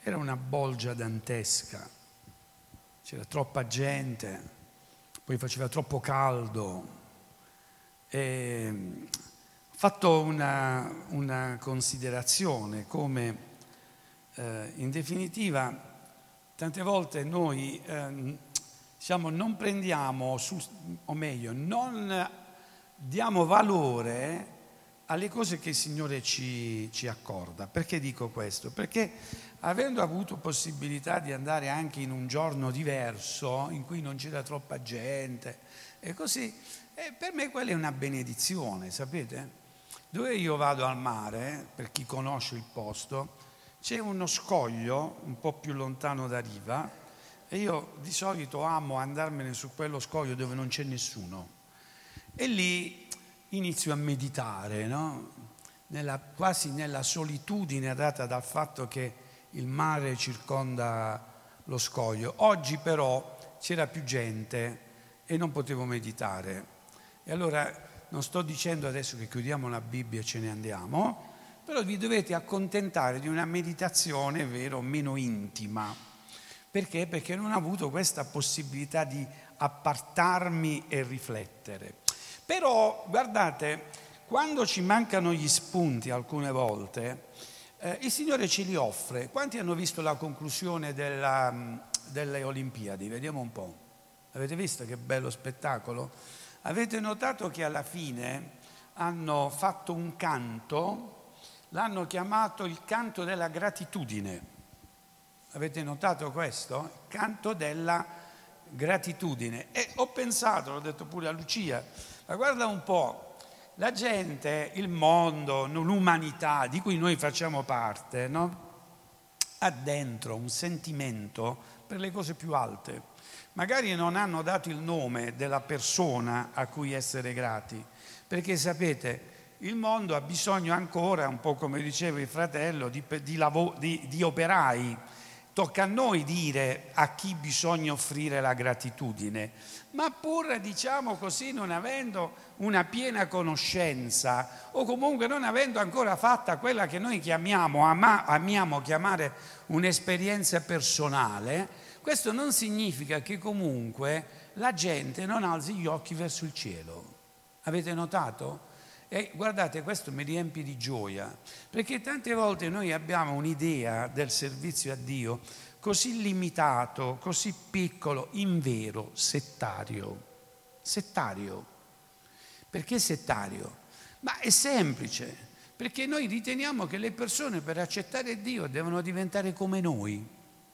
Era una bolgia dantesca, c'era troppa gente, poi faceva troppo caldo. Ho fatto una considerazione come in definitiva tante volte noi non prendiamo, o meglio, non diamo valore alle cose che il Signore ci accorda. Perché dico questo? Perché avendo avuto possibilità di andare anche in un giorno diverso, in cui non c'era troppa gente, e così, per me quella è una benedizione, sapete? Dove io vado al mare, per chi conosce il posto, c'è uno scoglio un po' più lontano da riva, e io di solito amo andarmene su quello scoglio dove non c'è nessuno. E lì inizio a meditare, no? Quasi nella solitudine data dal fatto che il mare circonda lo scoglio. Oggi però c'era più gente e non potevo meditare. E allora non sto dicendo adesso che chiudiamo la Bibbia e ce ne andiamo, però vi dovete accontentare di una meditazione, vero, meno intima. Perché? Perché non ho avuto questa possibilità di appartarmi e riflettere. Però, guardate, quando ci mancano gli spunti alcune volte, il Signore ce li offre. Quanti hanno visto la conclusione delle Olimpiadi? Vediamo un po'. Avete visto che bello spettacolo? Avete notato che alla fine hanno fatto un canto, l'hanno chiamato il canto della gratitudine. Avete notato questo? Il canto della gratitudine. E ho pensato, l'ho detto pure a Lucia, ma guarda un po', la gente, il mondo, l'umanità di cui noi facciamo parte, no? Ha dentro un sentimento per le cose più alte. Magari non hanno dato il nome della persona a cui essere grati, perché sapete, il mondo ha bisogno ancora, un po' come diceva il fratello, di operai. Tocca a noi dire a chi bisogna offrire la gratitudine, ma pur, diciamo così, non avendo una piena conoscenza o comunque non avendo ancora fatta quella che noi amiamo chiamare un'esperienza personale, questo non significa che comunque la gente non alzi gli occhi verso il cielo. Avete notato? E guardate, questo mi riempie di gioia, perché tante volte noi abbiamo un'idea del servizio a Dio così limitato, così piccolo, invero, settario. Settario. Perché settario? Ma è semplice, perché noi riteniamo che le persone per accettare Dio devono diventare come noi.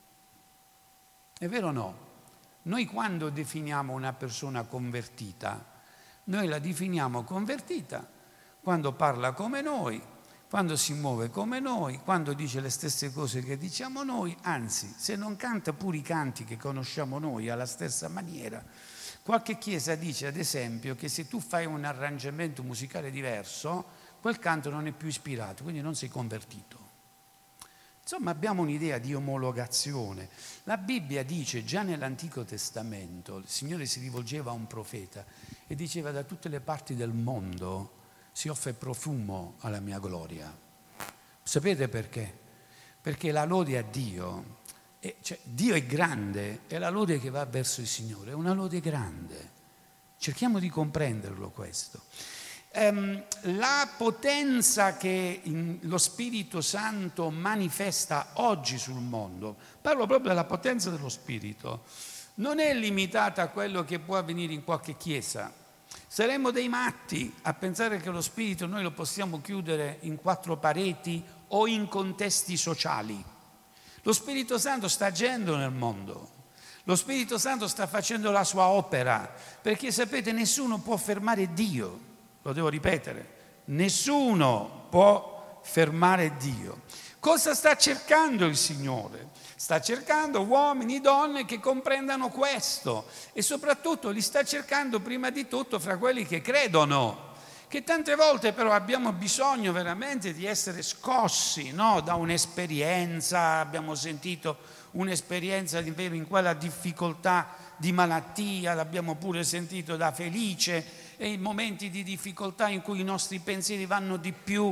È vero o no? Noi quando definiamo una persona convertita, noi la definiamo convertita quando parla come noi, quando si muove come noi, quando dice le stesse cose che diciamo noi, anzi, se non canta pure i canti che conosciamo noi alla stessa maniera. Qualche chiesa dice, ad esempio, che se tu fai un arrangiamento musicale diverso, quel canto non è più ispirato, quindi non sei convertito. Insomma, abbiamo un'idea di omologazione. La Bibbia dice, già nell'Antico Testamento, il Signore si rivolgeva a un profeta e diceva: da tutte le parti del mondo si offre profumo alla mia gloria. Sapete perché? Perché la lode a Dio, cioè Dio è grande e la lode che va verso il Signore è una lode grande. Cerchiamo di comprenderlo questo. La potenza che lo Spirito Santo manifesta oggi sul mondo, parlo proprio della potenza dello Spirito, non è limitata a quello che può avvenire in qualche chiesa. Saremmo dei matti a pensare che lo Spirito noi lo possiamo chiudere in 4 pareti o in contesti sociali. Lo Spirito Santo sta agendo nel mondo, lo Spirito Santo sta facendo la sua opera, perché sapete, nessuno può fermare Dio. Lo devo ripetere, nessuno può fermare Dio. Cosa sta cercando il Signore? Sta cercando uomini e donne che comprendano questo e soprattutto li sta cercando prima di tutto fra quelli che credono, che tante volte però abbiamo bisogno veramente di essere scossi, no? Da un'esperienza, abbiamo sentito un'esperienza in quella difficoltà di malattia, l'abbiamo pure sentito da Felice, e in momenti di difficoltà in cui i nostri pensieri vanno di più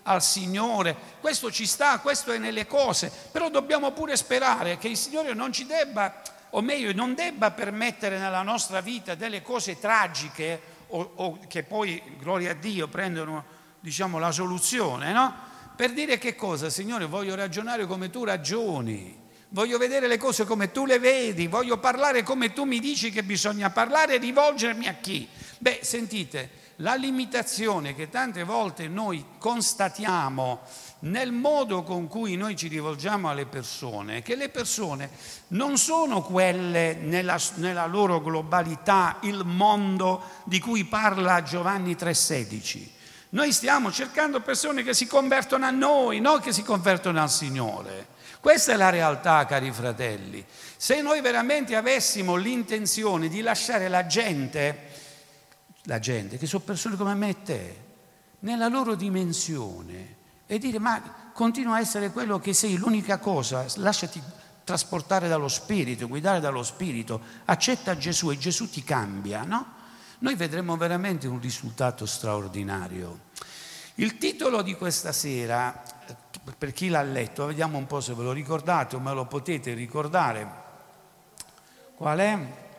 al Signore, questo ci sta, questo è nelle cose, però dobbiamo pure sperare che il Signore non ci debba, o meglio non debba permettere nella nostra vita delle cose tragiche o che poi, gloria a Dio, prendono, diciamo, la soluzione, no? Per dire che cosa? Signore, voglio ragionare come tu ragioni, voglio vedere le cose come tu le vedi, voglio parlare come tu mi dici che bisogna parlare e rivolgermi a chi? Beh, sentite, la limitazione che tante volte noi constatiamo nel modo con cui noi ci rivolgiamo alle persone, che le persone non sono quelle nella loro globalità, il mondo di cui parla Giovanni 3,16. Noi stiamo cercando persone che si convertono a noi, non che si convertono al Signore. Questa è la realtà, cari fratelli. Se noi veramente avessimo l'intenzione di lasciare la gente, che sono persone come me e te, nella loro dimensione, e dire: ma continua a essere quello che sei, l'unica cosa, lasciati trasportare dallo Spirito, guidare dallo Spirito, accetta Gesù e Gesù ti cambia, no? Noi vedremo veramente un risultato straordinario. Il titolo di questa sera, per chi l'ha letto, vediamo un po' se ve lo ricordate o me lo potete ricordare. Qual è?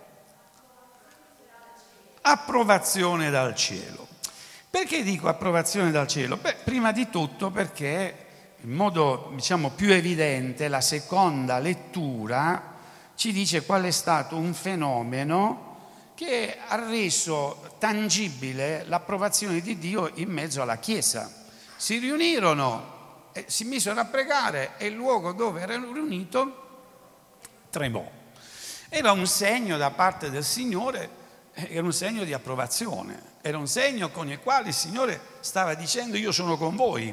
Approvazione dal cielo. Perché dico approvazione dal cielo? Beh, prima di tutto perché in modo, diciamo, più evidente la seconda lettura ci dice qual è stato un fenomeno che ha reso tangibile l'approvazione di Dio in mezzo alla Chiesa. Si riunirono, si misero a pregare e il luogo dove erano riuniti tremò. Era un segno da parte del Signore, era un segno di approvazione, era un segno con il quale il Signore stava dicendo: io sono con voi.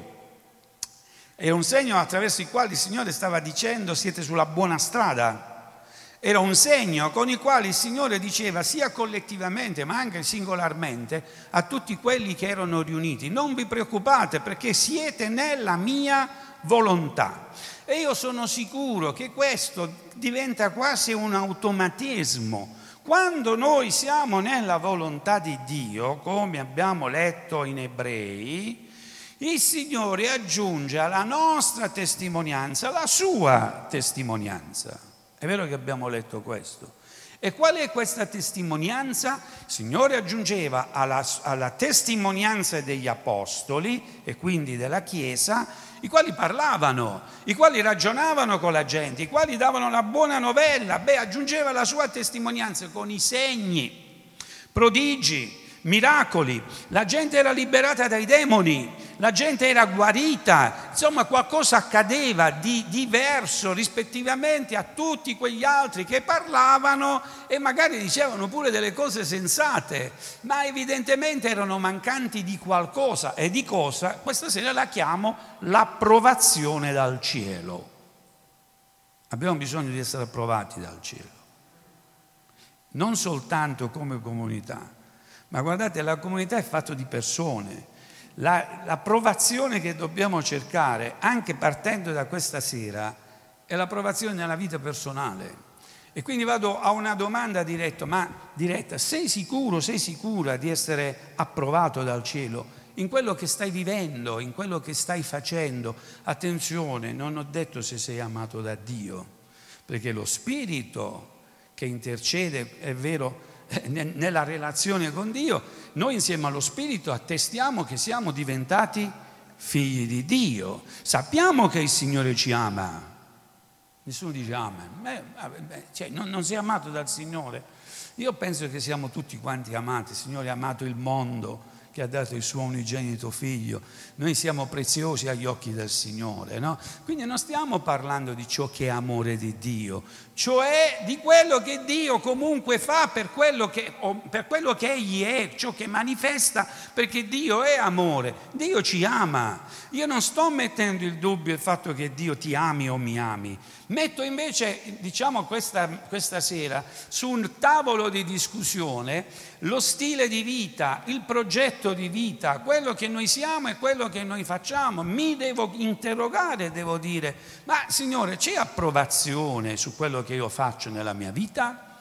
Era un segno attraverso il quale il Signore stava dicendo: siete sulla buona strada. Era un segno con il quale il Signore diceva sia collettivamente ma anche singolarmente a tutti quelli che erano riuniti: non vi preoccupate perché siete nella mia volontà. E io sono sicuro che questo diventa quasi un automatismo. Quando noi siamo nella volontà di Dio, come abbiamo letto in Ebrei, il Signore aggiunge alla nostra testimonianza la sua testimonianza. È vero che abbiamo letto questo. E qual è questa testimonianza? Il Signore aggiungeva alla testimonianza degli apostoli e quindi della Chiesa, i quali parlavano, i quali ragionavano con la gente, i quali davano la buona novella. Beh, aggiungeva la sua testimonianza con i segni, prodigi, miracoli. La gente era liberata dai demoni, la gente era guarita, insomma qualcosa accadeva di diverso rispettivamente a tutti quegli altri che parlavano e magari dicevano pure delle cose sensate, ma evidentemente erano mancanti di qualcosa. E di cosa? Questa sera la chiamo l'approvazione dal cielo. Abbiamo bisogno di essere approvati dal cielo, non soltanto come comunità, ma guardate, la comunità è fatta di persone. L'approvazione che dobbiamo cercare, anche partendo da questa sera, è l'approvazione nella vita personale. E quindi vado a una domanda diretta: sei sicuro, sei sicura di essere approvato dal cielo in quello che stai vivendo, in quello che stai facendo? Attenzione, non ho detto se sei amato da Dio, perché lo Spirito che intercede, è vero, nella relazione con Dio, noi insieme allo Spirito attestiamo che siamo diventati figli di Dio. Sappiamo che il Signore ci ama. Nessuno dice amen. Cioè, non sei amato dal Signore? Io penso che siamo tutti quanti amati. Il Signore ha amato il mondo, che ha dato il suo unigenito figlio. Noi siamo preziosi agli occhi del Signore, no? Quindi non stiamo parlando di ciò che è amore di Dio, cioè di quello che Dio comunque fa per quello che Egli è, ciò che manifesta, perché Dio è amore, Dio ci ama. Io non sto mettendo in dubbio il fatto che Dio ti ami o mi ami, metto invece, diciamo questa sera, su un tavolo di discussione lo stile di vita, il progetto di vita, quello che noi siamo e quello che noi facciamo. Mi devo interrogare, devo dire: ma Signore, c'è approvazione su quello che io faccio nella mia vita?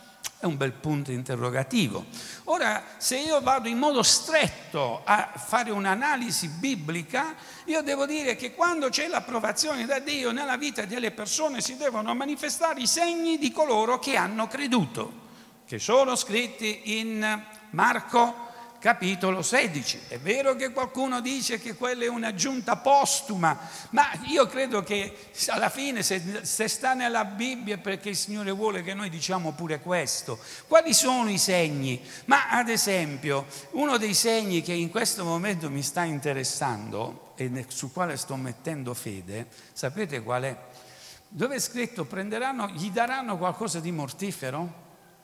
È un bel punto interrogativo. Ora, se io vado in modo stretto a fare un'analisi biblica, io devo dire che quando c'è l'approvazione da Dio nella vita delle persone si devono manifestare i segni di coloro che hanno creduto, che sono scritti in Marco capitolo 16. È vero che qualcuno dice che quella è un'aggiunta postuma, ma io credo che alla fine se sta nella Bibbia è perché il Signore vuole che noi diciamo pure questo. Quali sono i segni? Ma ad esempio, uno dei segni che in questo momento mi sta interessando e su quale sto mettendo fede, sapete qual è? Dove è scritto gli daranno qualcosa di mortifero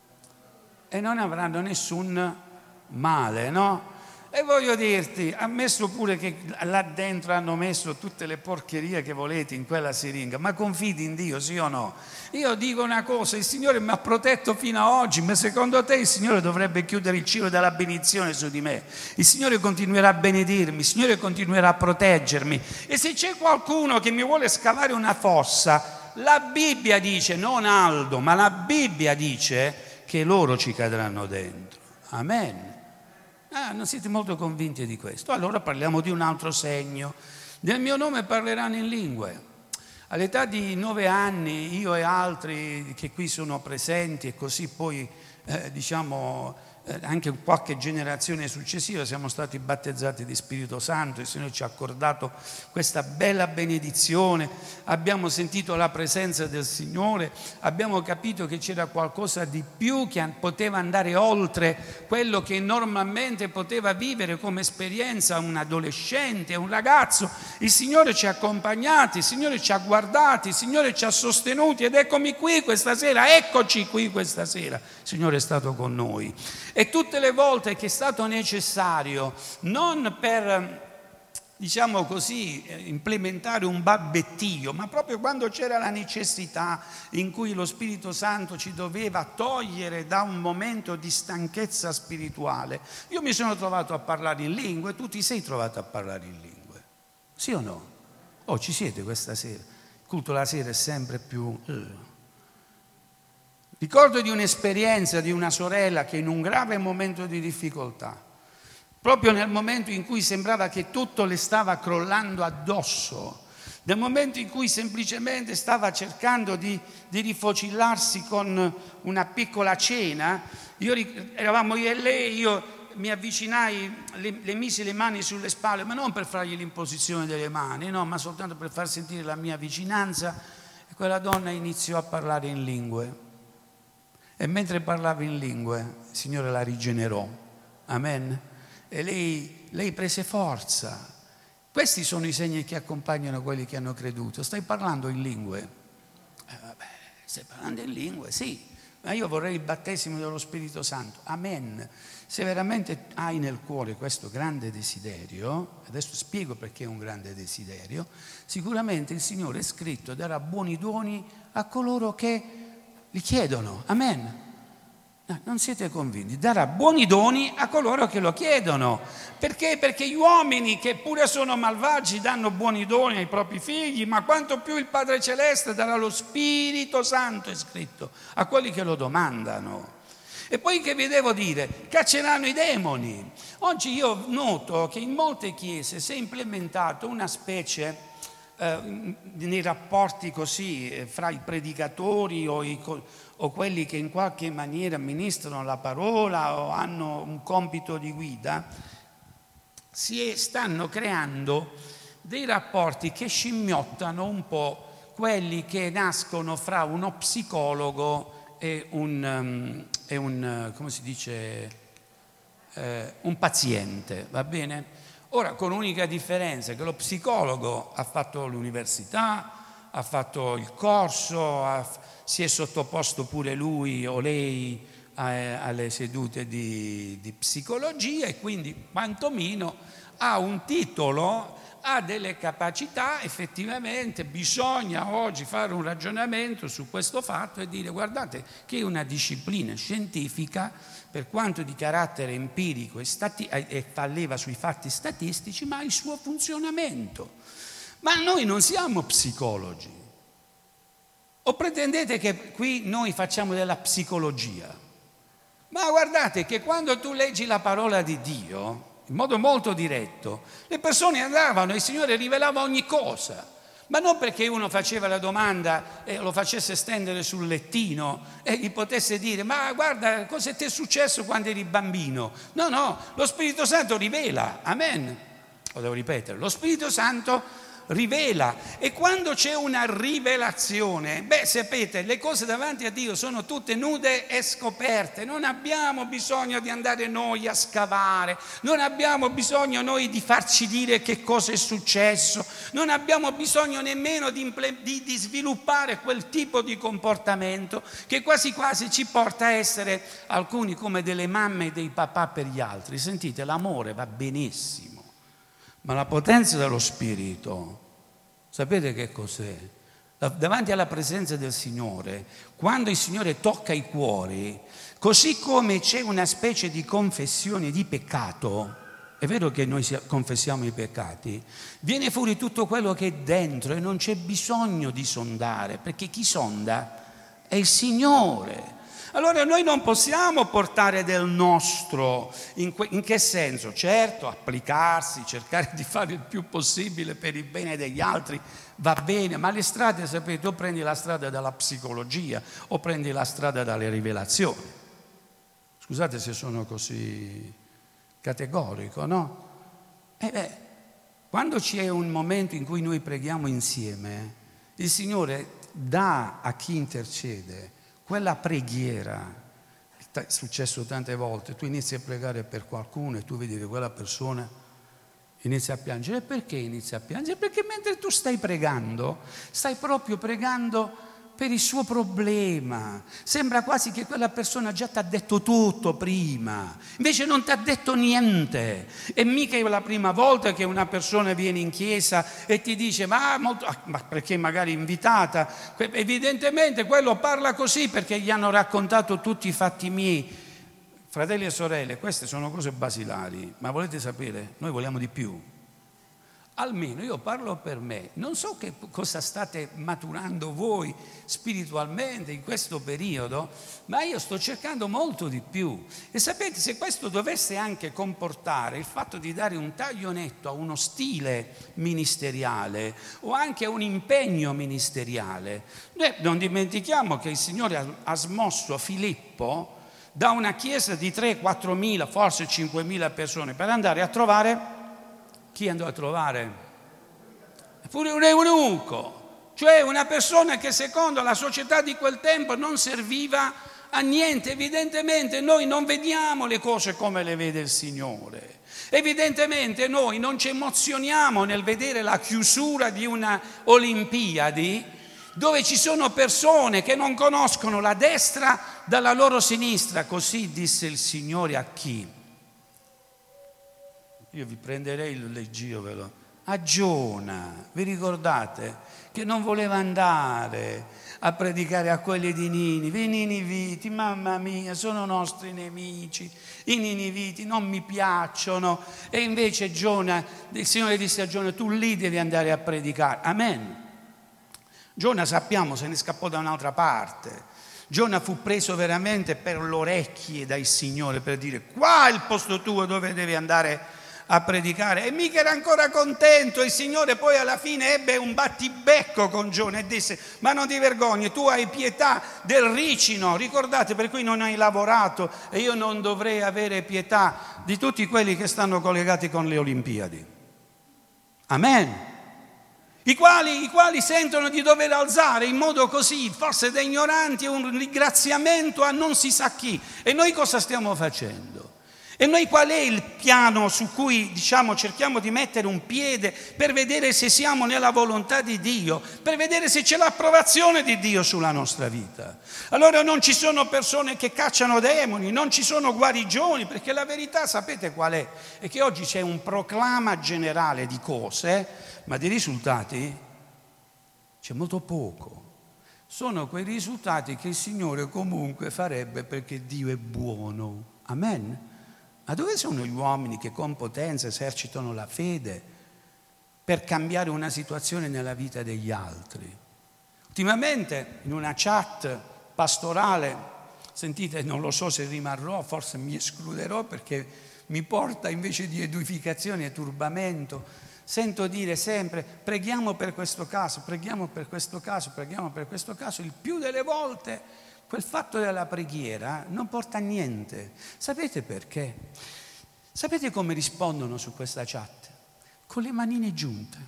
e non avranno nessun male, no? E voglio dirti, ammesso pure che là dentro hanno messo tutte le porcherie che volete in quella siringa, ma confidi in Dio, sì o no? Io dico una cosa, il Signore mi ha protetto fino a oggi, ma secondo te il Signore dovrebbe chiudere il cielo della benedizione su di me? Il Signore continuerà a benedirmi, il Signore continuerà a proteggermi, e se c'è qualcuno che mi vuole scavare una fossa, la Bibbia dice, non Aldo, ma la Bibbia dice che loro ci cadranno dentro. Amen. Non siete molto convinti di questo? Allora parliamo di un altro segno. Nel mio nome parleranno in lingue. All'età di 9 anni io e altri che qui sono presenti e così poi anche qualche generazione successiva siamo stati battezzati di Spirito Santo, il Signore ci ha accordato questa bella benedizione, abbiamo sentito la presenza del Signore, abbiamo capito che c'era qualcosa di più che poteva andare oltre quello che normalmente poteva vivere come esperienza un adolescente, un ragazzo. Il Signore ci ha accompagnati, il Signore ci ha guardati, il Signore ci ha sostenuti ed eccoci qui questa sera, il Signore è stato con noi. E tutte le volte che è stato necessario, non per, implementare un babbettio, ma proprio quando c'era la necessità in cui lo Spirito Santo ci doveva togliere da un momento di stanchezza spirituale, io mi sono trovato a parlare in lingue, tu ti sei trovato a parlare in lingue, sì o no? Oh, ci siete questa sera? Il culto la sera è sempre più... Ricordo di un'esperienza di una sorella che in un grave momento di difficoltà, proprio nel momento in cui sembrava che tutto le stava crollando addosso, nel momento in cui semplicemente stava cercando di rifocillarsi con una piccola cena, eravamo io e lei, io mi avvicinai, le misi le mani sulle spalle, ma non per fargli l'imposizione delle mani, no, ma soltanto per far sentire la mia vicinanza, e quella donna iniziò a parlare in lingue. E mentre parlava in lingue, il Signore la rigenerò. Amen. E lei prese forza. Questi sono i segni che accompagnano quelli che hanno creduto. Stai parlando in lingue? Stai parlando in lingue, sì. Ma io vorrei il battesimo dello Spirito Santo. Amen. Se veramente hai nel cuore questo grande desiderio, adesso spiego perché è un grande desiderio, sicuramente il Signore è scritto darà buoni doni a coloro che li chiedono, amen. No, non siete convinti? Darà buoni doni a coloro che lo chiedono. Perché? Perché gli uomini che pure sono malvagi danno buoni doni ai propri figli, ma quanto più il Padre Celeste darà lo Spirito Santo, è scritto, a quelli che lo domandano. E poi che vi devo dire? Cacceranno i demoni. Oggi io noto che in molte chiese si è implementato una specie... nei rapporti così fra i predicatori o quelli che in qualche maniera ministrano la parola o hanno un compito di guida, stanno creando dei rapporti che scimmiottano un po' quelli che nascono fra uno psicologo e un paziente, va bene? Ora, con unica differenza, che lo psicologo ha fatto l'università, ha fatto il corso, si è sottoposto pure lui o lei alle sedute di psicologia e quindi quantomeno ha un titolo, ha delle capacità. Effettivamente bisogna oggi fare un ragionamento su questo fatto e dire: guardate che è una disciplina scientifica, per quanto di carattere empirico e fa leva sui fatti statistici, ma ha il suo funzionamento. Ma noi non siamo psicologi. O pretendete che qui noi facciamo della psicologia? Ma guardate che quando tu leggi la parola di Dio, in modo molto diretto, le persone andavano e il Signore rivelava ogni cosa. Ma non perché uno faceva la domanda e lo facesse stendere sul lettino e gli potesse dire: ma guarda, cosa ti è successo quando eri bambino? No, no, lo Spirito Santo rivela, amen. Lo devo ripetere, lo Spirito Santo rivela, e quando c'è una rivelazione, sapete, le cose davanti a Dio sono tutte nude e scoperte. Non abbiamo bisogno di andare noi a scavare, non abbiamo bisogno noi di farci dire che cosa è successo, non abbiamo bisogno nemmeno di sviluppare quel tipo di comportamento che quasi quasi ci porta a essere alcuni come delle mamme e dei papà per gli altri. Sentite, l'amore va benissimo, ma la potenza dello Spirito, sapete che cos'è? Davanti alla presenza del Signore, quando il Signore tocca i cuori, così come c'è una specie di confessione di peccato, è vero che noi confessiamo i peccati, viene fuori tutto quello che è dentro e non c'è bisogno di sondare, perché chi sonda è il Signore. Allora noi non possiamo portare del nostro, in che senso? Certo, applicarsi, cercare di fare il più possibile per il bene degli altri, va bene, ma le strade, sapete, o prendi la strada dalla psicologia o prendi la strada dalle rivelazioni. Scusate se sono così categorico, no? Quando c'è un momento in cui noi preghiamo insieme, il Signore dà a chi intercede quella preghiera. È successo tante volte, tu inizi a pregare per qualcuno e tu vedi che quella persona inizia a piangere. E perché inizia a piangere? Perché mentre tu stai pregando, stai proprio pregando per il suo problema. Sembra quasi che quella persona già ti ha detto tutto prima, invece non ti ha detto niente. E mica è la prima volta che una persona viene in chiesa e ti dice: ma perché magari invitata, evidentemente quello parla così perché gli hanno raccontato tutti i fatti miei. Fratelli e sorelle, queste sono cose basilari, ma volete sapere, noi vogliamo di più. Almeno io parlo per me, non so che cosa state maturando voi spiritualmente in questo periodo, ma io sto cercando molto di più. E sapete, se questo dovesse anche comportare il fatto di dare un taglio netto a uno stile ministeriale o anche a un impegno ministeriale, noi non dimentichiamo che il Signore ha smosso Filippo da una chiesa di 3-4 mila, forse 5 mila persone, per andare a trovare. Chi andò a trovare? Pure un eunuco, cioè una persona che secondo la società di quel tempo non serviva a niente. Evidentemente noi non vediamo le cose come le vede il Signore. Evidentemente noi non ci emozioniamo nel vedere la chiusura di una Olimpiadi dove ci sono persone che non conoscono la destra dalla loro sinistra. Così disse il Signore a chi? Io vi prenderei, leggiovelo, a Giona. Vi ricordate che non voleva andare a predicare a quelli di Ninive? I niniviti, mamma mia, sono nostri nemici, i niniviti non mi piacciono. E invece Giona, il Signore disse a Giona: tu lì devi andare a predicare. Amen. Giona, sappiamo, se ne scappò da un'altra parte. Giona fu preso veramente per le orecchie dal Signore per dire: qua è il posto tuo dove devi andare a predicare. E mica era ancora contento. Il Signore poi alla fine ebbe un battibecco con Giona e disse: ma non ti vergogni, tu hai pietà del ricino, ricordate, per cui non hai lavorato, e io non dovrei avere pietà di tutti quelli che stanno collegati con le Olimpiadi. Amen. I quali sentono di dover alzare in modo così, forse da ignoranti, un ringraziamento a non si sa chi. E noi cosa stiamo facendo? E noi qual è il piano su cui, cerchiamo di mettere un piede per vedere se siamo nella volontà di Dio, per vedere se c'è l'approvazione di Dio sulla nostra vita? Allora non ci sono persone che cacciano demoni, non ci sono guarigioni, perché la verità sapete qual è? È che oggi c'è un proclama generale di cose, ma di risultati c'è molto poco. Sono quei risultati che il Signore comunque farebbe perché Dio è buono. Amen. Ma dove sono gli uomini che con potenza esercitano la fede per cambiare una situazione nella vita degli altri? Ultimamente in una chat pastorale sentite, non lo so se rimarrò, forse mi escluderò perché mi porta invece di edificazione e turbamento. Sento dire sempre preghiamo per questo caso, preghiamo per questo caso, preghiamo per questo caso. Il più delle volte quel fatto della preghiera non porta a niente. Sapete perché? Sapete come rispondono su questa chat? Con le manine giunte.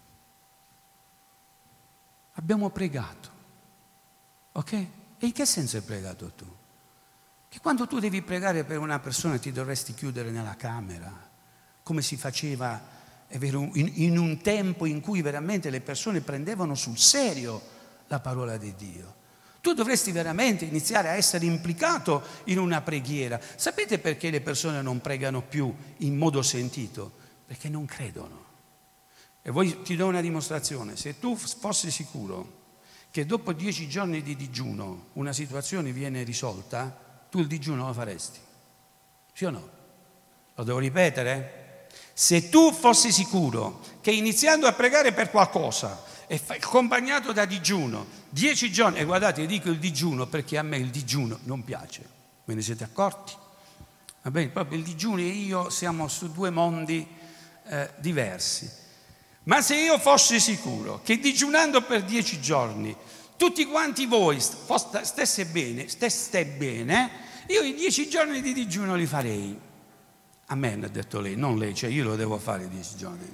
Abbiamo pregato, ok? E in che senso hai pregato tu? Che quando tu devi pregare per una persona ti dovresti chiudere nella camera, come si faceva, è vero, in un tempo in cui veramente le persone prendevano sul serio la parola di Dio. Tu dovresti veramente iniziare a essere implicato in una preghiera. Sapete perché le persone non pregano più in modo sentito? Perché non credono. E voi ti do una dimostrazione. Se tu fossi sicuro che dopo 10 giorni di digiuno una situazione viene risolta, tu il digiuno lo faresti, sì o no? Lo devo ripetere? Se tu fossi sicuro che iniziando a pregare per qualcosa e accompagnato da digiuno 10 giorni, e guardate, dico il digiuno perché a me il digiuno non piace, ve ne siete accorti? Va bene, proprio il digiuno e io siamo su due mondi diversi. Ma se io fossi sicuro che digiunando per 10 giorni tutti quanti voi steste bene, io i 10 giorni di digiuno li farei. Amen, ha detto lei, non lei, cioè io lo devo fare i 10 giorni.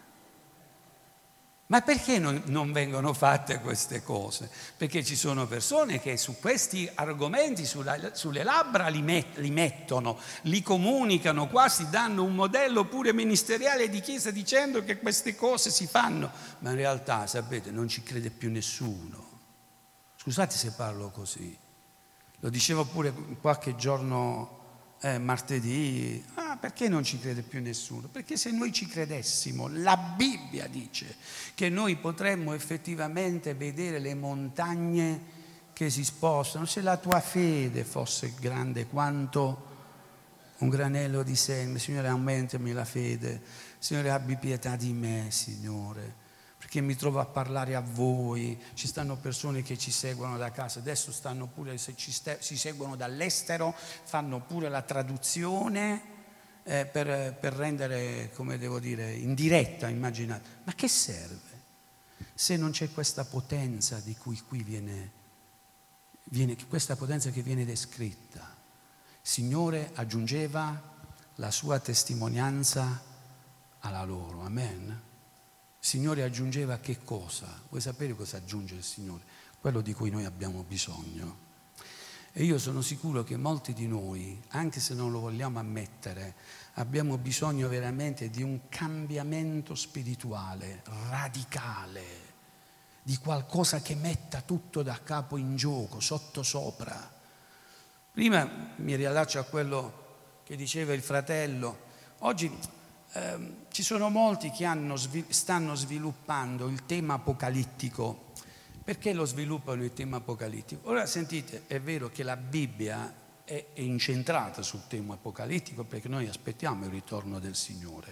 Ma perché non vengono fatte queste cose? Perché ci sono persone che su questi argomenti, sulle labbra li mettono, li comunicano, quasi danno un modello pure ministeriale di chiesa dicendo che queste cose si fanno, ma in realtà, sapete, non ci crede più nessuno. Scusate se parlo così, lo dicevo pure qualche giorno, martedì, perché non ci crede più nessuno? Perché se noi ci credessimo, la Bibbia dice che noi potremmo effettivamente vedere le montagne che si spostano, se la tua fede fosse grande quanto un granello di seme, Signore aumentami la fede, Signore abbi pietà di me, Signore. Perché mi trovo a parlare a voi, ci stanno persone che ci seguono da casa, adesso stanno pure, se ci seguono dall'estero, fanno pure la traduzione per rendere, come devo dire, in diretta, immaginate. Ma che serve se non c'è questa potenza di cui qui viene questa potenza che viene descritta? Il Signore aggiungeva la sua testimonianza alla loro, amen. Il Signore aggiungeva che cosa? Vuoi sapere cosa aggiunge il Signore? Quello di cui noi abbiamo bisogno. E io sono sicuro che molti di noi, anche se non lo vogliamo ammettere, abbiamo bisogno veramente di un cambiamento spirituale, radicale, di qualcosa che metta tutto da capo in gioco, sottosopra. Prima mi riallaccio a quello che diceva il fratello. Oggi ci sono molti che stanno sviluppando il tema apocalittico. Perché lo sviluppano il tema apocalittico? Ora sentite, è vero che la Bibbia è incentrata sul tema apocalittico perché noi aspettiamo il ritorno del Signore.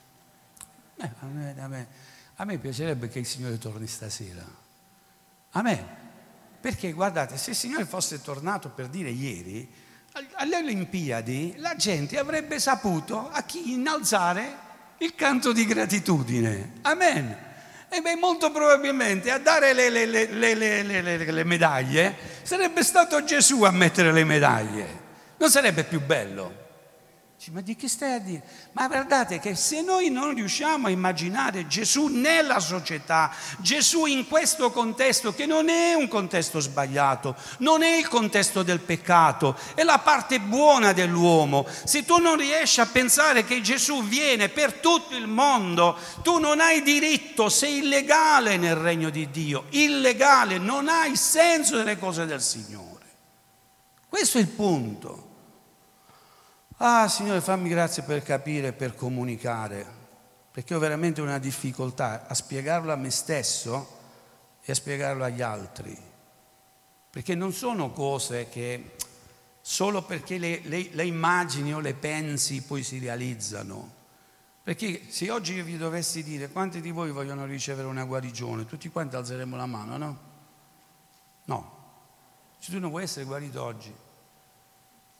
A me piacerebbe che il Signore torni stasera. A me. Perché guardate, se il Signore fosse tornato, per dire ieri, alle Olimpiadi la gente avrebbe saputo a chi innalzare il canto di gratitudine. Amen. E beh, molto probabilmente a dare le medaglie sarebbe stato Gesù a mettere le medaglie. Non sarebbe più bello? Ma di che stai a dire? Ma guardate che se noi non riusciamo a immaginare Gesù nella società, Gesù in questo contesto, che non è un contesto sbagliato, non è il contesto del peccato, è la parte buona dell'uomo. Se tu non riesci a pensare che Gesù viene per tutto il mondo, tu non hai diritto, sei illegale nel regno di Dio, illegale, non hai senso delle cose del Signore. Questo è il punto. Signore, fammi grazia per capire, per comunicare, perché ho veramente una difficoltà a spiegarlo a me stesso e a spiegarlo agli altri, perché non sono cose che solo perché le immagini o le pensi poi si realizzano. Perché se oggi io vi dovessi dire quanti di voi vogliono ricevere una guarigione, tutti quanti alzeremo la mano, no? No. Se tu non vuoi essere guarito oggi,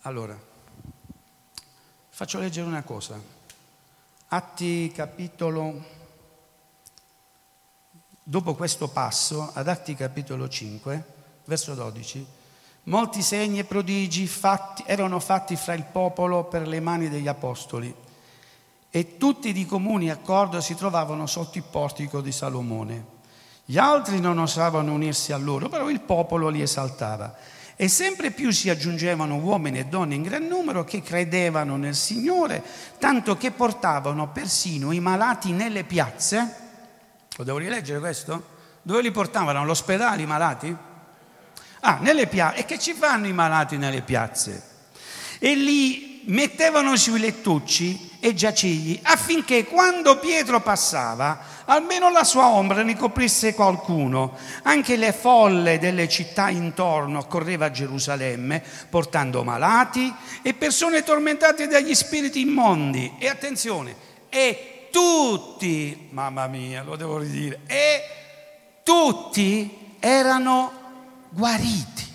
Allora, faccio leggere una cosa. Atti capitolo, dopo questo passo, ad Atti capitolo 5, verso 12, molti segni e prodigi erano fatti fra il popolo per le mani degli apostoli, e tutti di comune accordo si trovavano sotto il portico di Salomone. Gli altri non osavano unirsi a loro, però il popolo li esaltava. E sempre più si aggiungevano uomini e donne in gran numero che credevano nel Signore, tanto che portavano persino i malati nelle piazze. Lo devo rileggere questo? Dove li portavano? All'ospedale i malati? Nelle piazze. E che ci fanno i malati nelle piazze? E li mettevano sui lettucci e giacigli, affinché quando Pietro passava almeno la sua ombra ne coprisse qualcuno. Anche le folle delle città intorno accorreva a Gerusalemme portando malati e persone tormentate dagli spiriti immondi. E attenzione, e tutti, mamma mia, lo devo ridire, e tutti erano guariti.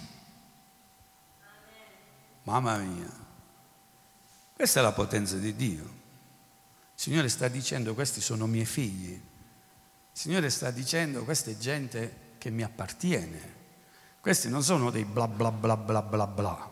Mamma mia, questa è la potenza di Dio. Il Signore sta dicendo: questi sono miei figli. Il Signore sta dicendo: questa è gente che mi appartiene. Questi non sono dei bla bla bla bla bla bla.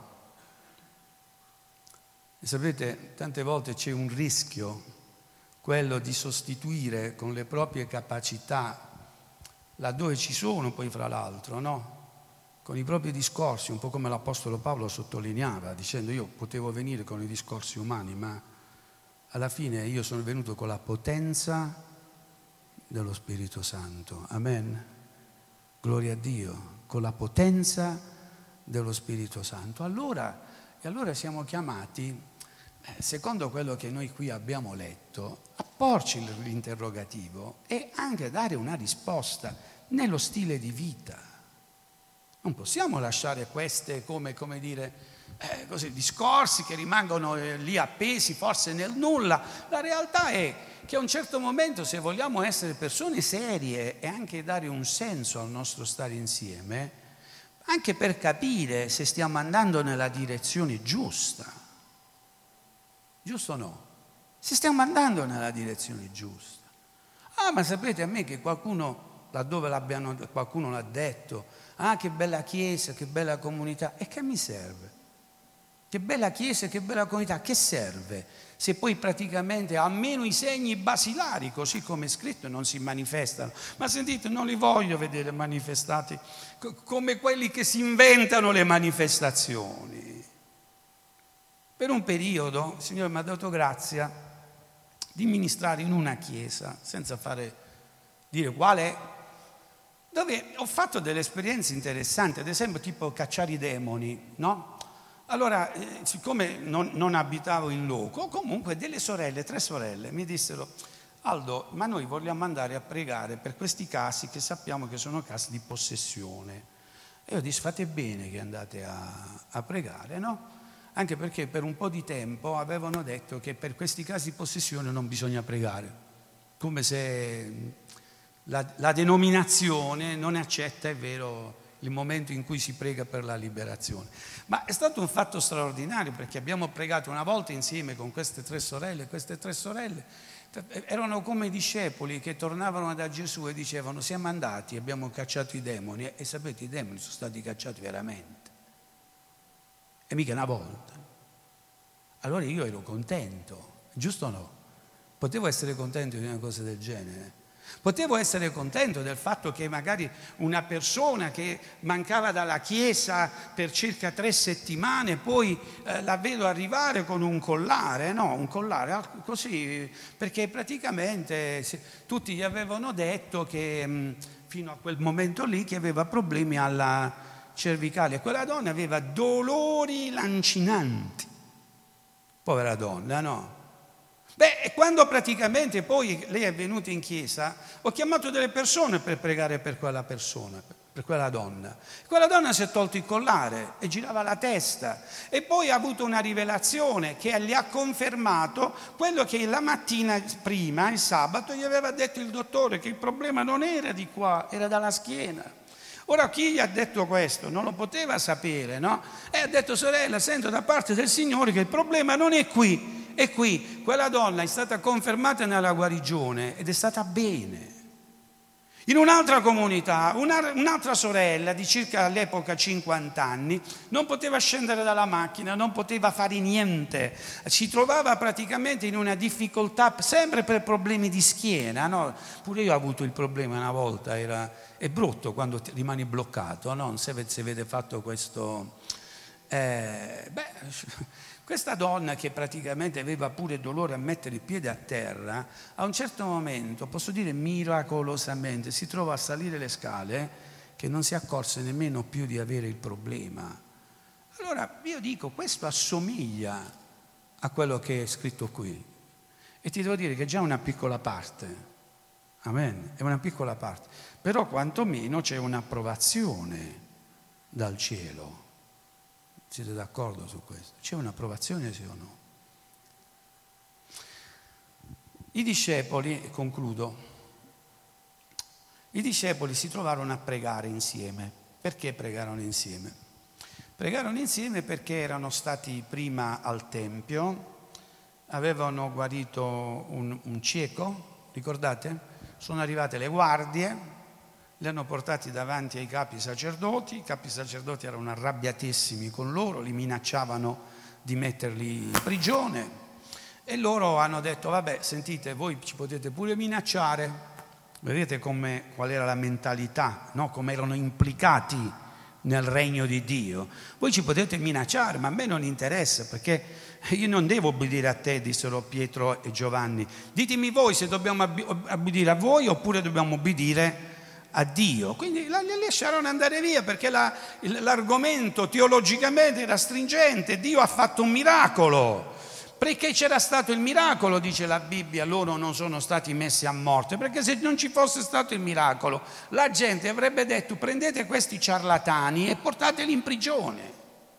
E sapete, tante volte c'è un rischio, quello di sostituire con le proprie capacità, laddove ci sono poi fra l'altro, no? Con i propri discorsi, un po' come l'Apostolo Paolo sottolineava, dicendo: io potevo venire con i discorsi umani, ma alla fine io sono venuto con la potenza dello Spirito Santo. Amen. Gloria a Dio, con la potenza dello Spirito Santo. Allora siamo chiamati, secondo quello che noi qui abbiamo letto, a porci l'interrogativo e anche a dare una risposta nello stile di vita. Non possiamo lasciare queste come dire, così, discorsi che rimangono lì appesi forse nel nulla. La realtà è che a un certo momento, se vogliamo essere persone serie e anche dare un senso al nostro stare insieme, anche per capire se stiamo andando nella direzione giusta, giusto o no? Se stiamo andando nella direzione giusta. Ma sapete, a me che qualcuno, laddove qualcuno l'ha detto, che bella chiesa, che bella comunità, e che mi serve? Che bella chiesa, che bella comunità, che serve? Se poi praticamente almeno i segni basilari, così come è scritto, non si manifestano. Ma sentite, non li voglio vedere manifestati come quelli che si inventano le manifestazioni. Per un periodo il Signore mi ha dato grazia di ministrare in una chiesa, senza dire qual è, dove ho fatto delle esperienze interessanti, ad esempio tipo cacciare i demoni, no? Allora, siccome non abitavo in loco, comunque delle sorelle, 3 sorelle, mi dissero: Aldo, ma noi vogliamo andare a pregare per questi casi che sappiamo che sono casi di possessione. E io dissi: fate bene che andate a pregare, no? Anche perché per un po' di tempo avevano detto che per questi casi di possessione non bisogna pregare, come se la denominazione non accetta, è vero, il momento in cui si prega per la liberazione. Ma è stato un fatto straordinario, perché abbiamo pregato una volta insieme con queste 3 sorelle. Queste 3 sorelle erano come discepoli che tornavano da Gesù e dicevano: siamo andati, abbiamo cacciato i demoni, e sapete, i demoni sono stati cacciati veramente, e mica una volta. Allora io ero contento, giusto o no? Potevo essere contento di una cosa del genere. Potevo essere contento del fatto che magari una persona che mancava dalla chiesa per circa 3 settimane, poi la vedo arrivare con un collare, no? Un collare così, perché praticamente tutti gli avevano detto che fino a quel momento lì che aveva problemi alla cervicale. Quella donna aveva dolori lancinanti, povera donna, no? E quando praticamente poi lei è venuta in chiesa, ho chiamato delle persone per pregare per quella persona, per quella donna. Quella donna si è tolto il collare e girava la testa, e poi ha avuto una rivelazione che gli ha confermato quello che la mattina prima, il sabato, gli aveva detto il dottore, che il problema non era di qua, era dalla schiena. Ora chi gli ha detto questo non lo poteva sapere, no? E ha detto: sorella, sento da parte del Signore che il problema non è qui, è qui. Quella donna è stata confermata nella guarigione ed è stata bene. In un'altra comunità, un'altra sorella di circa all'epoca 50 anni non poteva scendere dalla macchina, non poteva fare niente, si trovava praticamente in una difficoltà sempre per problemi di schiena, no? Pure io ho avuto il problema una volta, è brutto quando rimani bloccato, no? Non si vede fatto questo... Questa donna che praticamente aveva pure dolore a mettere il piede a terra, a un certo momento, posso dire miracolosamente, si trova a salire le scale che non si accorse nemmeno più di avere il problema. Allora io dico, questo assomiglia a quello che è scritto qui. E ti devo dire che è già una piccola parte. Amen, è una piccola parte. Però quantomeno c'è un'approvazione dal cielo. Siete d'accordo su questo? C'è un'approvazione, sì o no? I discepoli, e concludo, i discepoli si trovarono a pregare insieme. Perché pregarono insieme? Pregarono insieme perché erano stati prima al Tempio, avevano guarito un cieco, ricordate? Sono arrivate le guardie, li hanno portati davanti ai capi sacerdoti, i capi sacerdoti erano arrabbiatissimi con loro, li minacciavano di metterli in prigione e loro hanno detto: vabbè, sentite, voi ci potete pure minacciare, vedete qual era la mentalità, no? Come erano implicati nel regno di Dio, voi ci potete minacciare, ma a me non interessa, perché io non devo obbedire a te, dissero Pietro e Giovanni, ditemi voi se dobbiamo obbedire a voi oppure dobbiamo obbedire a Dio. Quindi li lasciarono andare via perché l'argomento teologicamente era stringente. Dio ha fatto un miracolo. Perché c'era stato il miracolo, dice la Bibbia, loro non sono stati messi a morte, perché se non ci fosse stato il miracolo la gente avrebbe detto: prendete questi ciarlatani e portateli in prigione.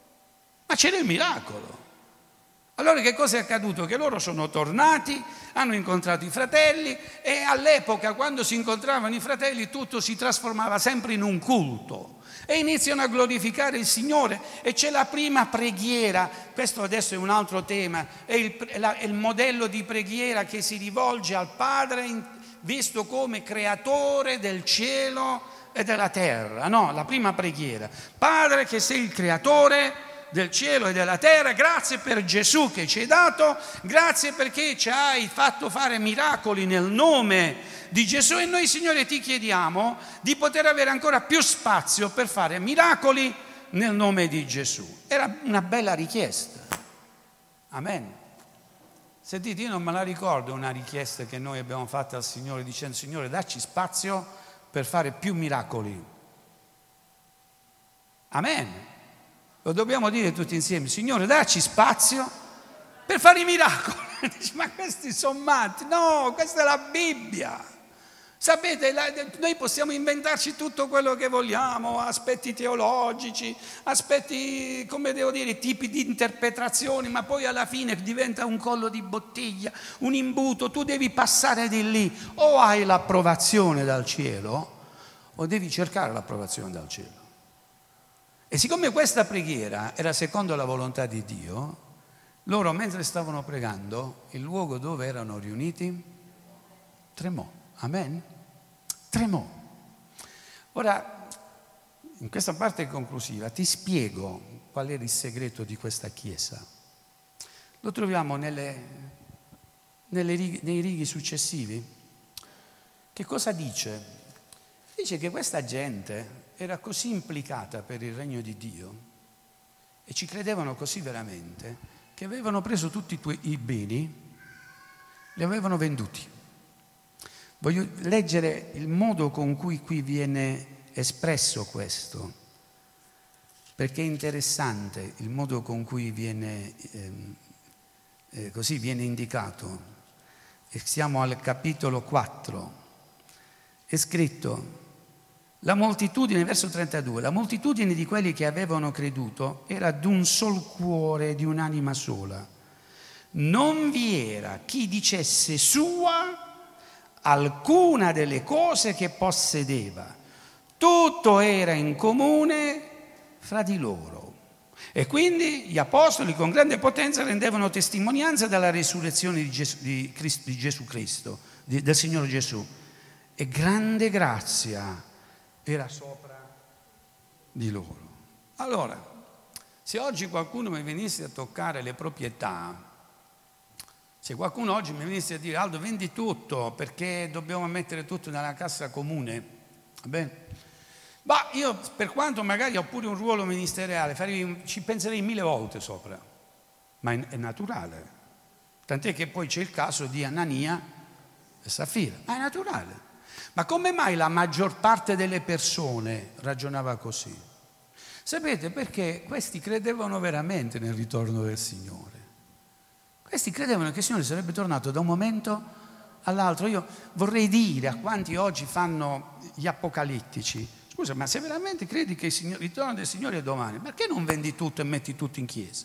Ma c'era il miracolo. Allora che cosa è accaduto? Che loro sono tornati, hanno incontrato i fratelli e all'epoca, quando si incontravano i fratelli, tutto si trasformava sempre in un culto e iniziano a glorificare il Signore e c'è la prima preghiera. Questo adesso è un altro tema, è il modello di preghiera che si rivolge al Padre visto come creatore del cielo e della terra, no? La prima preghiera: Padre che sei il creatore del cielo e della terra, grazie per Gesù che ci hai dato, grazie perché ci hai fatto fare miracoli nel nome di Gesù e noi, Signore, ti chiediamo di poter avere ancora più spazio per fare miracoli nel nome di Gesù. Era una bella richiesta. Amen. Sentite, io non me la ricordo una richiesta che noi abbiamo fatto al Signore dicendo: Signore, dacci spazio per fare più miracoli. Amen. Lo dobbiamo dire tutti insieme: Signore, dacci spazio per fare i miracoli. Ma questi sono matti. No, questa è la Bibbia. Sapete, noi possiamo inventarci tutto quello che vogliamo, aspetti teologici, aspetti, come devo dire, tipi di interpretazioni, ma poi alla fine diventa un collo di bottiglia, un imbuto. Tu devi passare di lì, o hai l'approvazione dal cielo o devi cercare l'approvazione dal cielo. E siccome questa preghiera era secondo la volontà di Dio, loro mentre stavano pregando, il luogo dove erano riuniti tremò. Amen? Tremò. Ora, in questa parte conclusiva ti spiego qual era il segreto di questa chiesa. Lo troviamo nei righi successivi. Che cosa dice? Dice che questa gente era così implicata per il regno di Dio e ci credevano così veramente che avevano preso tutti i beni, li avevano venduti. Voglio leggere il modo con cui qui viene espresso questo, perché è interessante il modo con cui viene indicato. E siamo al capitolo 4. È scritto: la moltitudine, verso 32, la moltitudine di quelli che avevano creduto era d'un sol cuore, di un'anima sola. Non vi era chi dicesse sua alcuna delle cose che possedeva. Tutto era in comune fra di loro. E quindi gli apostoli con grande potenza rendevano testimonianza della risurrezione di Gesù Cristo, del Signore Gesù. E grande grazia era sopra di loro. Allora, se oggi qualcuno mi venisse a toccare le proprietà, se qualcuno oggi mi venisse a dire: Aldo, vendi tutto perché dobbiamo mettere tutto nella cassa comune, va bene? Ma io, per quanto magari ho pure un ruolo ministeriale, ci penserei 1000 volte sopra, ma è naturale. Tant'è che poi c'è il caso di Anania e Safira, ma è naturale. Ma come mai la maggior parte delle persone ragionava così? Sapete, perché questi credevano veramente nel ritorno del Signore. Questi credevano che il Signore sarebbe tornato da un momento all'altro. Io vorrei dire a quanti oggi fanno gli apocalittici: scusa, ma se veramente credi che il ritorno del Signore è domani, perché non vendi tutto e metti tutto in chiesa?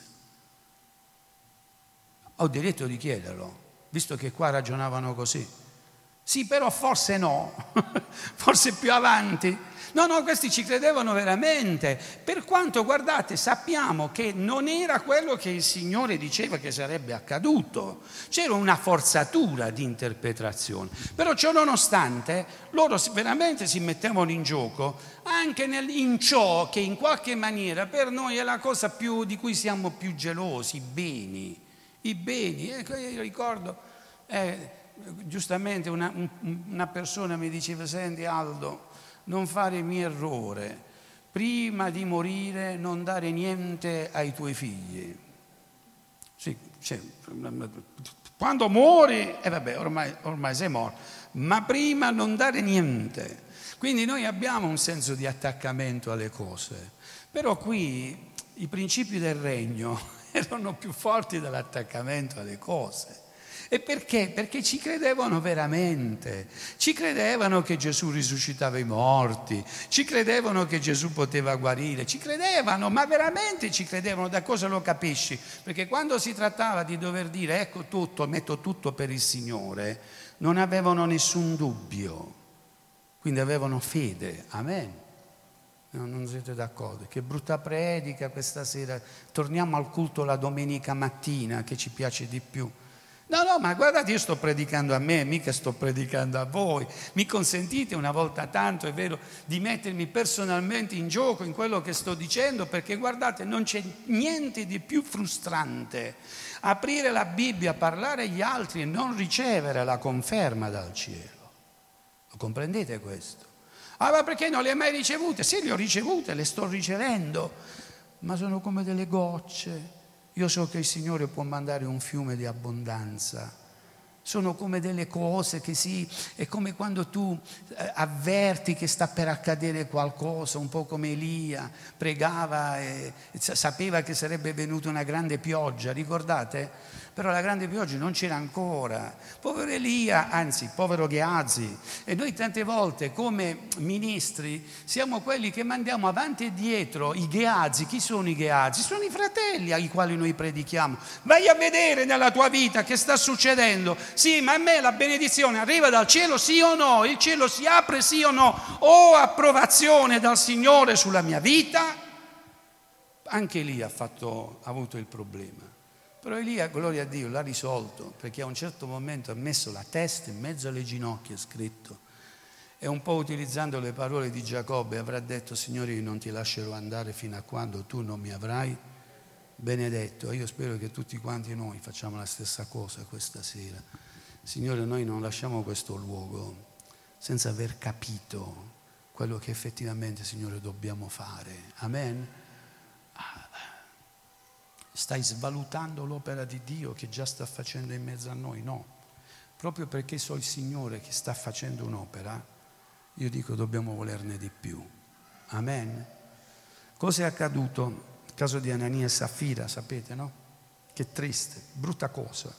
Ho diritto di chiederlo, visto che qua ragionavano così. Sì, però forse no, forse più avanti. No, questi ci credevano veramente, per quanto, guardate, sappiamo che non era quello che il Signore diceva che sarebbe accaduto, c'era una forzatura di interpretazione, però ciò nonostante loro veramente si mettevano in gioco anche in ciò che in qualche maniera per noi è la cosa di cui siamo più gelosi, i beni. Ecco, io ricordo, giustamente una persona mi diceva: senti Aldo, non fare il mio errore, prima di morire non dare niente ai tuoi figli. Sì, quando muori, vabbè, ormai sei morto, ma prima non dare niente. Quindi noi abbiamo un senso di attaccamento alle cose, però qui i principi del regno erano più forti dell'attaccamento alle cose. E perché? Perché ci credevano veramente, ci credevano che Gesù risuscitava i morti, ci credevano che Gesù poteva guarire, ci credevano, ma veramente ci credevano. Da cosa lo capisci? Perché quando si trattava di dover dire ecco tutto, metto tutto per il Signore, non avevano nessun dubbio, quindi avevano fede. Amen. No, non siete d'accordo? Che brutta predica questa sera. Torniamo al culto la domenica mattina, che ci piace di più. No, ma guardate, io sto predicando a me, mica sto predicando a voi. Mi consentite una volta tanto, è vero, di mettermi personalmente in gioco in quello che sto dicendo, perché guardate, non c'è niente di più frustrante aprire la Bibbia, parlare agli altri e non ricevere la conferma dal cielo. Lo comprendete questo? Ma perché non le hai mai ricevute? Sì, le ho ricevute, le sto ricevendo, ma sono come delle gocce. Io so che il Signore può mandare un fiume di abbondanza. Sono come delle cose che è come quando tu avverti che sta per accadere qualcosa, un po' come Elia pregava e sapeva che sarebbe venuta una grande pioggia, ricordate? Però la grande pioggia non c'era ancora. Povero Elia, anzi povero Gehazi. E noi tante volte come ministri siamo quelli che mandiamo avanti e dietro i Gehazi. Chi sono i Gehazi? Sono i fratelli ai quali noi predichiamo. Vai a vedere nella tua vita che sta succedendo. Sì, ma a me la benedizione arriva dal cielo, sì o no? Il cielo si apre, sì o no? Ho approvazione dal Signore sulla mia vita? Anche Elia ha avuto il problema. Però Elia, gloria a Dio, l'ha risolto, perché a un certo momento ha messo la testa in mezzo alle ginocchia, è scritto, e un po' utilizzando le parole di Giacobbe avrà detto: Signore, io non ti lascerò andare fino a quando tu non mi avrai benedetto. E io spero che tutti quanti noi facciamo la stessa cosa questa sera. Signore, noi non lasciamo questo luogo senza aver capito quello che effettivamente, Signore, dobbiamo fare. Amen. Stai svalutando l'opera di Dio che già sta facendo in mezzo a noi? No, proprio perché so il Signore che sta facendo un'opera, io dico dobbiamo volerne di più. Amen. Cosa è accaduto? Il caso di Anania e Safira, sapete, no? Che triste, brutta cosa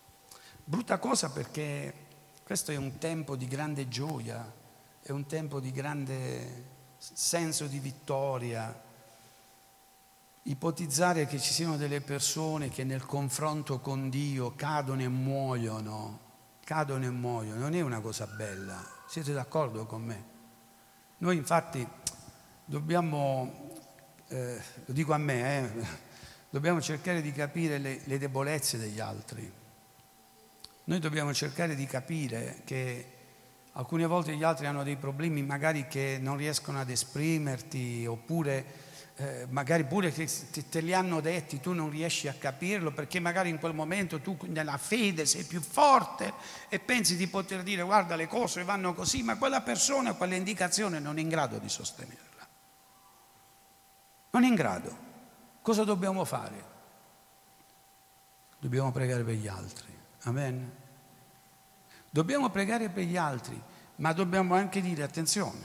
perché questo è un tempo di grande gioia, è un tempo di grande senso di vittoria. Ipotizzare che ci siano delle persone che nel confronto con Dio cadono e muoiono, non è una cosa bella. Siete d'accordo con me? Noi infatti dobbiamo, lo dico a me, dobbiamo cercare di capire le debolezze degli altri. Noi dobbiamo cercare di capire che alcune volte gli altri hanno dei problemi magari che non riescono ad esprimerti, oppure magari pure che te li hanno detti, tu non riesci a capirlo perché magari in quel momento tu nella fede sei più forte e pensi di poter dire guarda le cose vanno così, ma quella persona, quella indicazione non è in grado di sostenerla. Non è in grado. Cosa dobbiamo fare? Dobbiamo pregare per gli altri. Amen. Dobbiamo pregare per gli altri, ma dobbiamo anche dire attenzione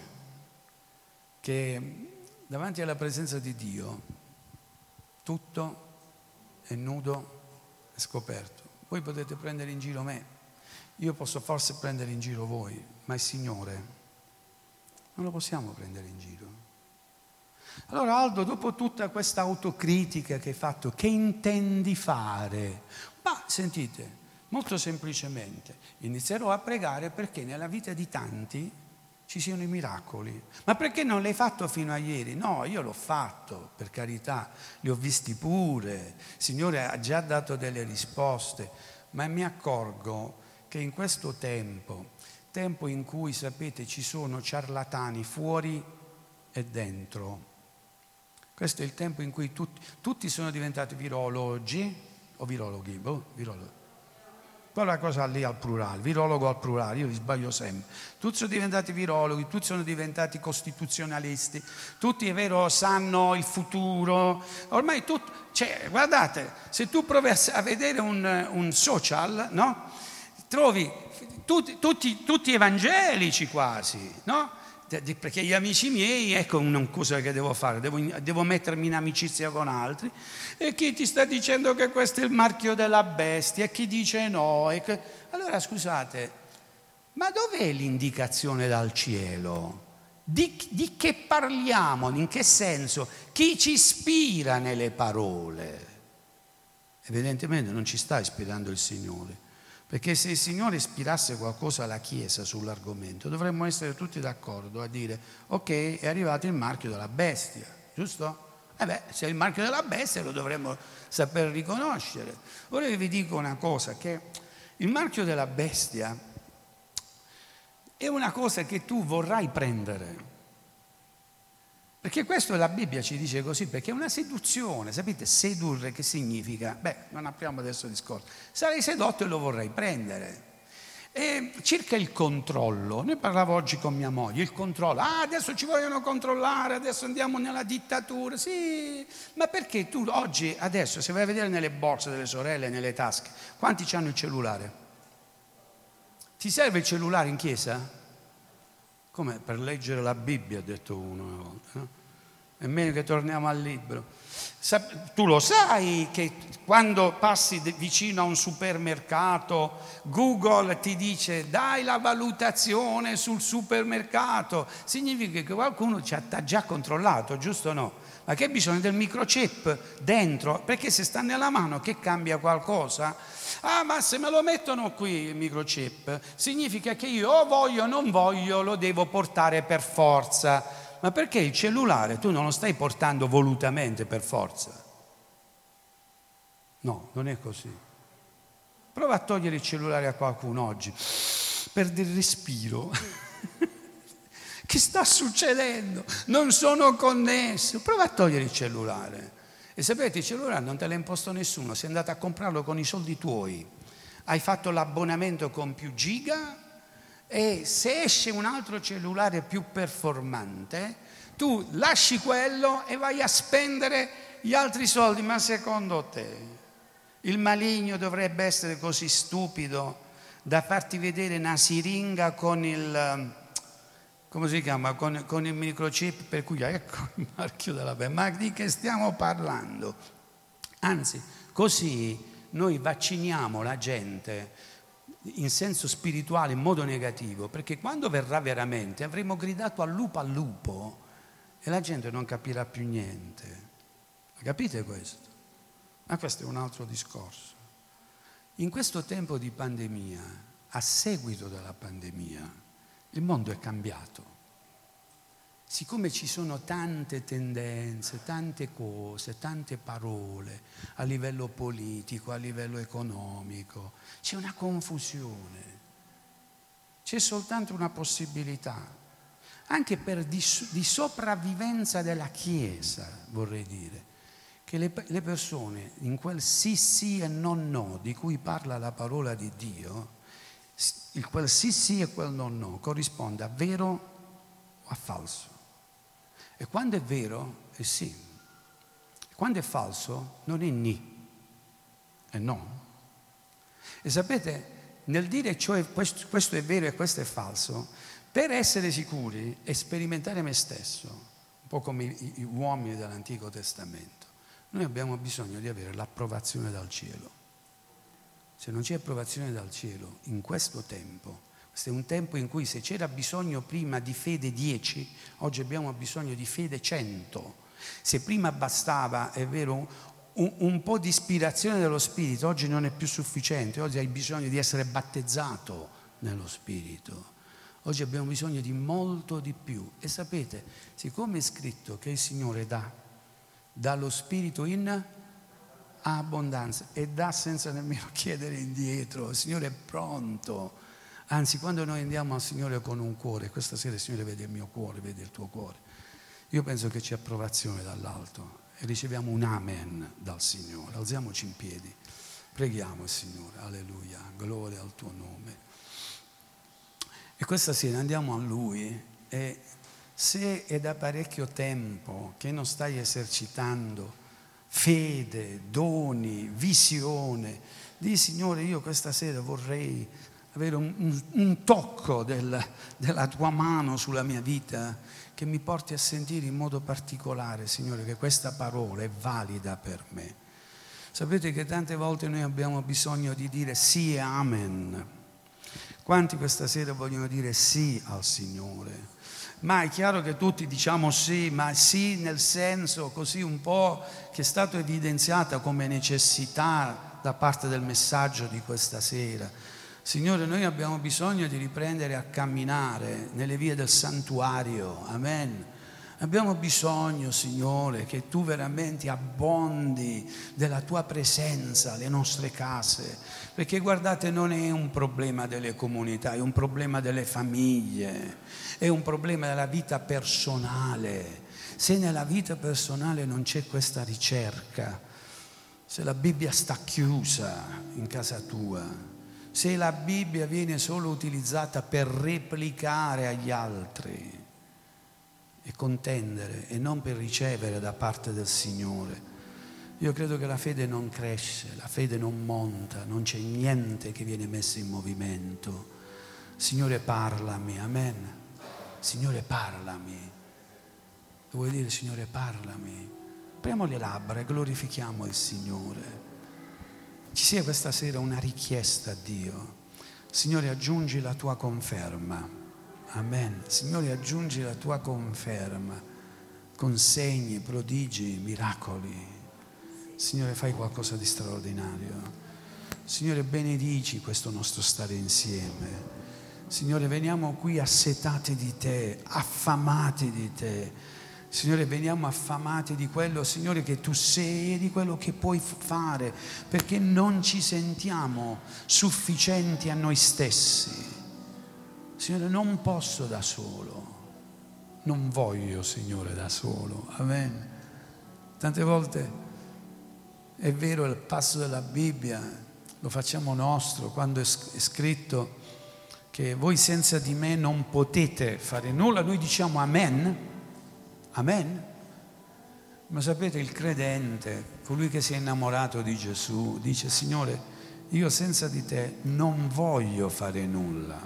che davanti alla presenza di Dio tutto è nudo e scoperto. Voi potete prendere in giro me, io posso forse prendere in giro voi, ma il Signore non lo possiamo prendere in giro. Allora Aldo, dopo tutta questa autocritica che hai fatto, che intendi fare? Ma sentite, molto semplicemente inizierò a pregare perché nella vita di tanti ci siano i miracoli. Ma perché non l'hai fatto fino a ieri? No, io l'ho fatto, per carità, li ho visti pure, il Signore ha già dato delle risposte, ma mi accorgo che in questo tempo in cui, sapete, ci sono ciarlatani fuori e dentro, questo è il tempo in cui tutti sono diventati virologi, o virologhi, virologi. Quella cosa lì al plurale, virologo al plurale, io li sbaglio sempre. Tutti sono diventati virologhi, tutti sono diventati costituzionalisti, tutti è vero sanno il futuro. Ormai cioè, guardate, se tu provi a vedere un social, no? Trovi tutti evangelici quasi, no? Perché gli amici miei, ecco una cosa che devo fare, devo mettermi in amicizia con altri, e chi ti sta dicendo che questo è il marchio della bestia e chi dice no. Allora scusate, ma dov'è l'indicazione dal cielo? Di che parliamo? In che senso? Chi ci ispira nelle parole? Evidentemente non ci sta ispirando il Signore. Perché se il Signore ispirasse qualcosa alla Chiesa sull'argomento, dovremmo essere tutti d'accordo a dire ok, è arrivato il marchio della bestia, giusto? Se è il marchio della bestia lo dovremmo saper riconoscere. Ora io vi dico una cosa, che il marchio della bestia è una cosa che tu vorrai prendere. Perché questo la Bibbia ci dice così, perché è una seduzione, sapete, sedurre che significa? Non apriamo adesso il discorso, sarei sedotto e lo vorrei prendere. E circa il controllo, ne parlavo oggi con mia moglie, il controllo, adesso ci vogliono controllare, adesso andiamo nella dittatura, sì, ma perché tu oggi, adesso, se vai a vedere nelle borse delle sorelle, nelle tasche, quanti hanno il cellulare? Ti serve il cellulare in chiesa? Come per leggere la Bibbia, ha detto uno una volta, no? È meglio che torniamo al libro. Tu lo sai che quando passi vicino a un supermercato, Google ti dice dai la valutazione sul supermercato, significa che qualcuno ci ha già controllato, giusto o no? Ma che bisogno del microchip dentro? Perché se sta nella mano che cambia qualcosa? Ma se me lo mettono qui il microchip, significa che io o voglio o non voglio lo devo portare per forza. Ma perché il cellulare tu non lo stai portando volutamente per forza? No, non è così. Prova a togliere il cellulare a qualcuno oggi, perde il respiro. Che sta succedendo? Non sono connesso. Prova a togliere il cellulare. E sapete, il cellulare non te l'ha imposto nessuno, sei andato a comprarlo con i soldi tuoi. Hai fatto l'abbonamento con più giga e se esce un altro cellulare più performante, tu lasci quello e vai a spendere gli altri soldi. Ma secondo te il maligno dovrebbe essere così stupido da farti vedere una siringa con il... come si chiama? Con il microchip, per cui ecco il marchio della bestia. Ma di che stiamo parlando? Anzi, così noi vacciniamo la gente in senso spirituale, in modo negativo, perché quando verrà veramente avremo gridato al lupo e la gente non capirà più niente. Capite questo? Ma questo è un altro discorso. In questo tempo di pandemia, a seguito della pandemia, il mondo è cambiato. siccome ci sono tante tendenze, tante cose, tante parole a livello politico, a livello economico, c'è una confusione, c'è soltanto una possibilità, anche per di sopravvivenza della Chiesa, vorrei dire, che le persone in quel sì sì e no di cui parla la parola di Dio, quel sì sì e quel no corrisponde a vero o a falso. E quando è vero è sì, quando è falso non è ni, è no. E sapete, nel dire cioè questo è vero e questo è falso, per essere sicuri e sperimentare me stesso, un po' come gli uomini dell'Antico Testamento, noi abbiamo bisogno di avere l'approvazione dal cielo. Se non c'è approvazione dal cielo in questo tempo, questo è un tempo in cui se c'era bisogno prima di fede 10, oggi abbiamo bisogno di fede 100. Se prima bastava, è vero, un po' di ispirazione dello Spirito, oggi non è più sufficiente, oggi hai bisogno di essere battezzato nello Spirito. Oggi abbiamo bisogno di molto di più. E sapete, siccome è scritto che il Signore dà lo Spirito in abbondanza e dà senza nemmeno chiedere indietro, il Signore è pronto. Anzi, quando noi andiamo al Signore con un cuore, questa sera il Signore vede il mio cuore, vede il tuo cuore, io penso che c'è approvazione dall'alto e riceviamo un amen dal Signore. Alziamoci in piedi, preghiamo il Signore, alleluia, gloria al tuo nome. E questa sera andiamo a Lui e se è da parecchio tempo che non stai esercitando fede, doni, visione, di Signore, io questa sera vorrei avere un tocco della tua mano sulla mia vita che mi porti a sentire in modo particolare, Signore, che questa parola è valida per me. Sapete che tante volte noi abbiamo bisogno di dire sì e amen. Quanti questa sera vogliono dire sì al Signore? Ma è chiaro che tutti diciamo sì, ma sì nel senso così un po' che è stato evidenziata come necessità da parte del messaggio di questa sera. Signore, noi abbiamo bisogno di riprendere a camminare nelle vie del santuario, amen. Abbiamo bisogno, Signore, che Tu veramente abbondi della Tua presenza alle nostre case, perché guardate, non è un problema delle comunità, è un problema delle famiglie, è un problema della vita personale. Se nella vita personale non c'è questa ricerca, se la Bibbia sta chiusa in casa tua, se la Bibbia viene solo utilizzata per replicare agli altri e contendere e non per ricevere da parte del Signore, io credo che la fede non cresce, la fede non monta, non c'è niente che viene messo in movimento. Signore, parlami, amen. Signore, parlami. Vuoi dire, Signore, parlami? Apriamo le labbra e glorifichiamo il Signore. Ci sia questa sera una richiesta a Dio. Signore, aggiungi la Tua conferma. Amen. Signore, aggiungi la Tua conferma con segni, prodigi, miracoli. Signore, fai qualcosa di straordinario. Signore, benedici questo nostro stare insieme. Signore, veniamo qui assetati di Te, affamati di Te. Signore, veniamo affamati di quello, Signore, che Tu sei e di quello che puoi fare, perché non ci sentiamo sufficienti a noi stessi. Signore, non posso da solo, non voglio, Signore, da solo. Amen. Tante volte è vero, il passo della Bibbia lo facciamo nostro quando è scritto che voi senza di me non potete fare nulla. Noi diciamo amen, amen. Ma sapete, il credente, colui che si è innamorato di Gesù, dice: Signore, io senza di te non voglio fare nulla.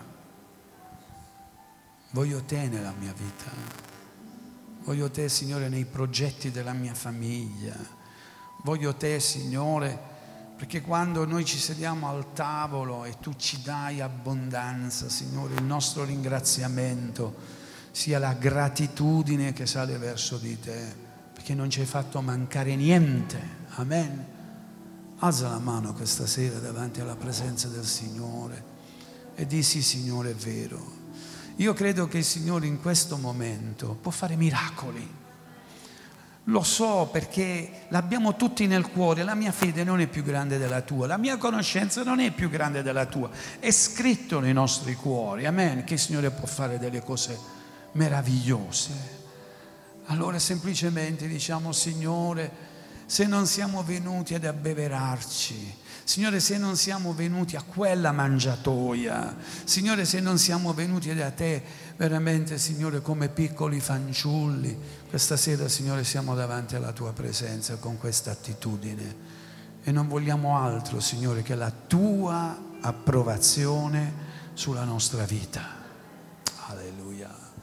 Voglio te nella mia vita, voglio te, Signore, nei progetti della mia famiglia, voglio te, Signore, perché quando noi ci sediamo al tavolo e Tu ci dai abbondanza, Signore, il nostro ringraziamento sia la gratitudine che sale verso di te, perché non ci hai fatto mancare niente, amen. Alza la mano questa sera davanti alla presenza del Signore e di: sì, Signore, è vero. Io credo che il Signore in questo momento può fare miracoli. Lo so, perché l'abbiamo tutti nel cuore. La mia fede non è più grande della tua, la mia conoscenza non è più grande della tua. È scritto nei nostri cuori, amen, che il Signore può fare delle cose meravigliose. Allora semplicemente diciamo: Signore, se non siamo venuti ad abbeverarci, Signore, se non siamo venuti a quella mangiatoia, Signore, se non siamo venuti da te veramente, Signore, come piccoli fanciulli, questa sera, Signore, siamo davanti alla tua presenza con questa attitudine e non vogliamo altro, Signore, che la tua approvazione sulla nostra vita. Alleluia.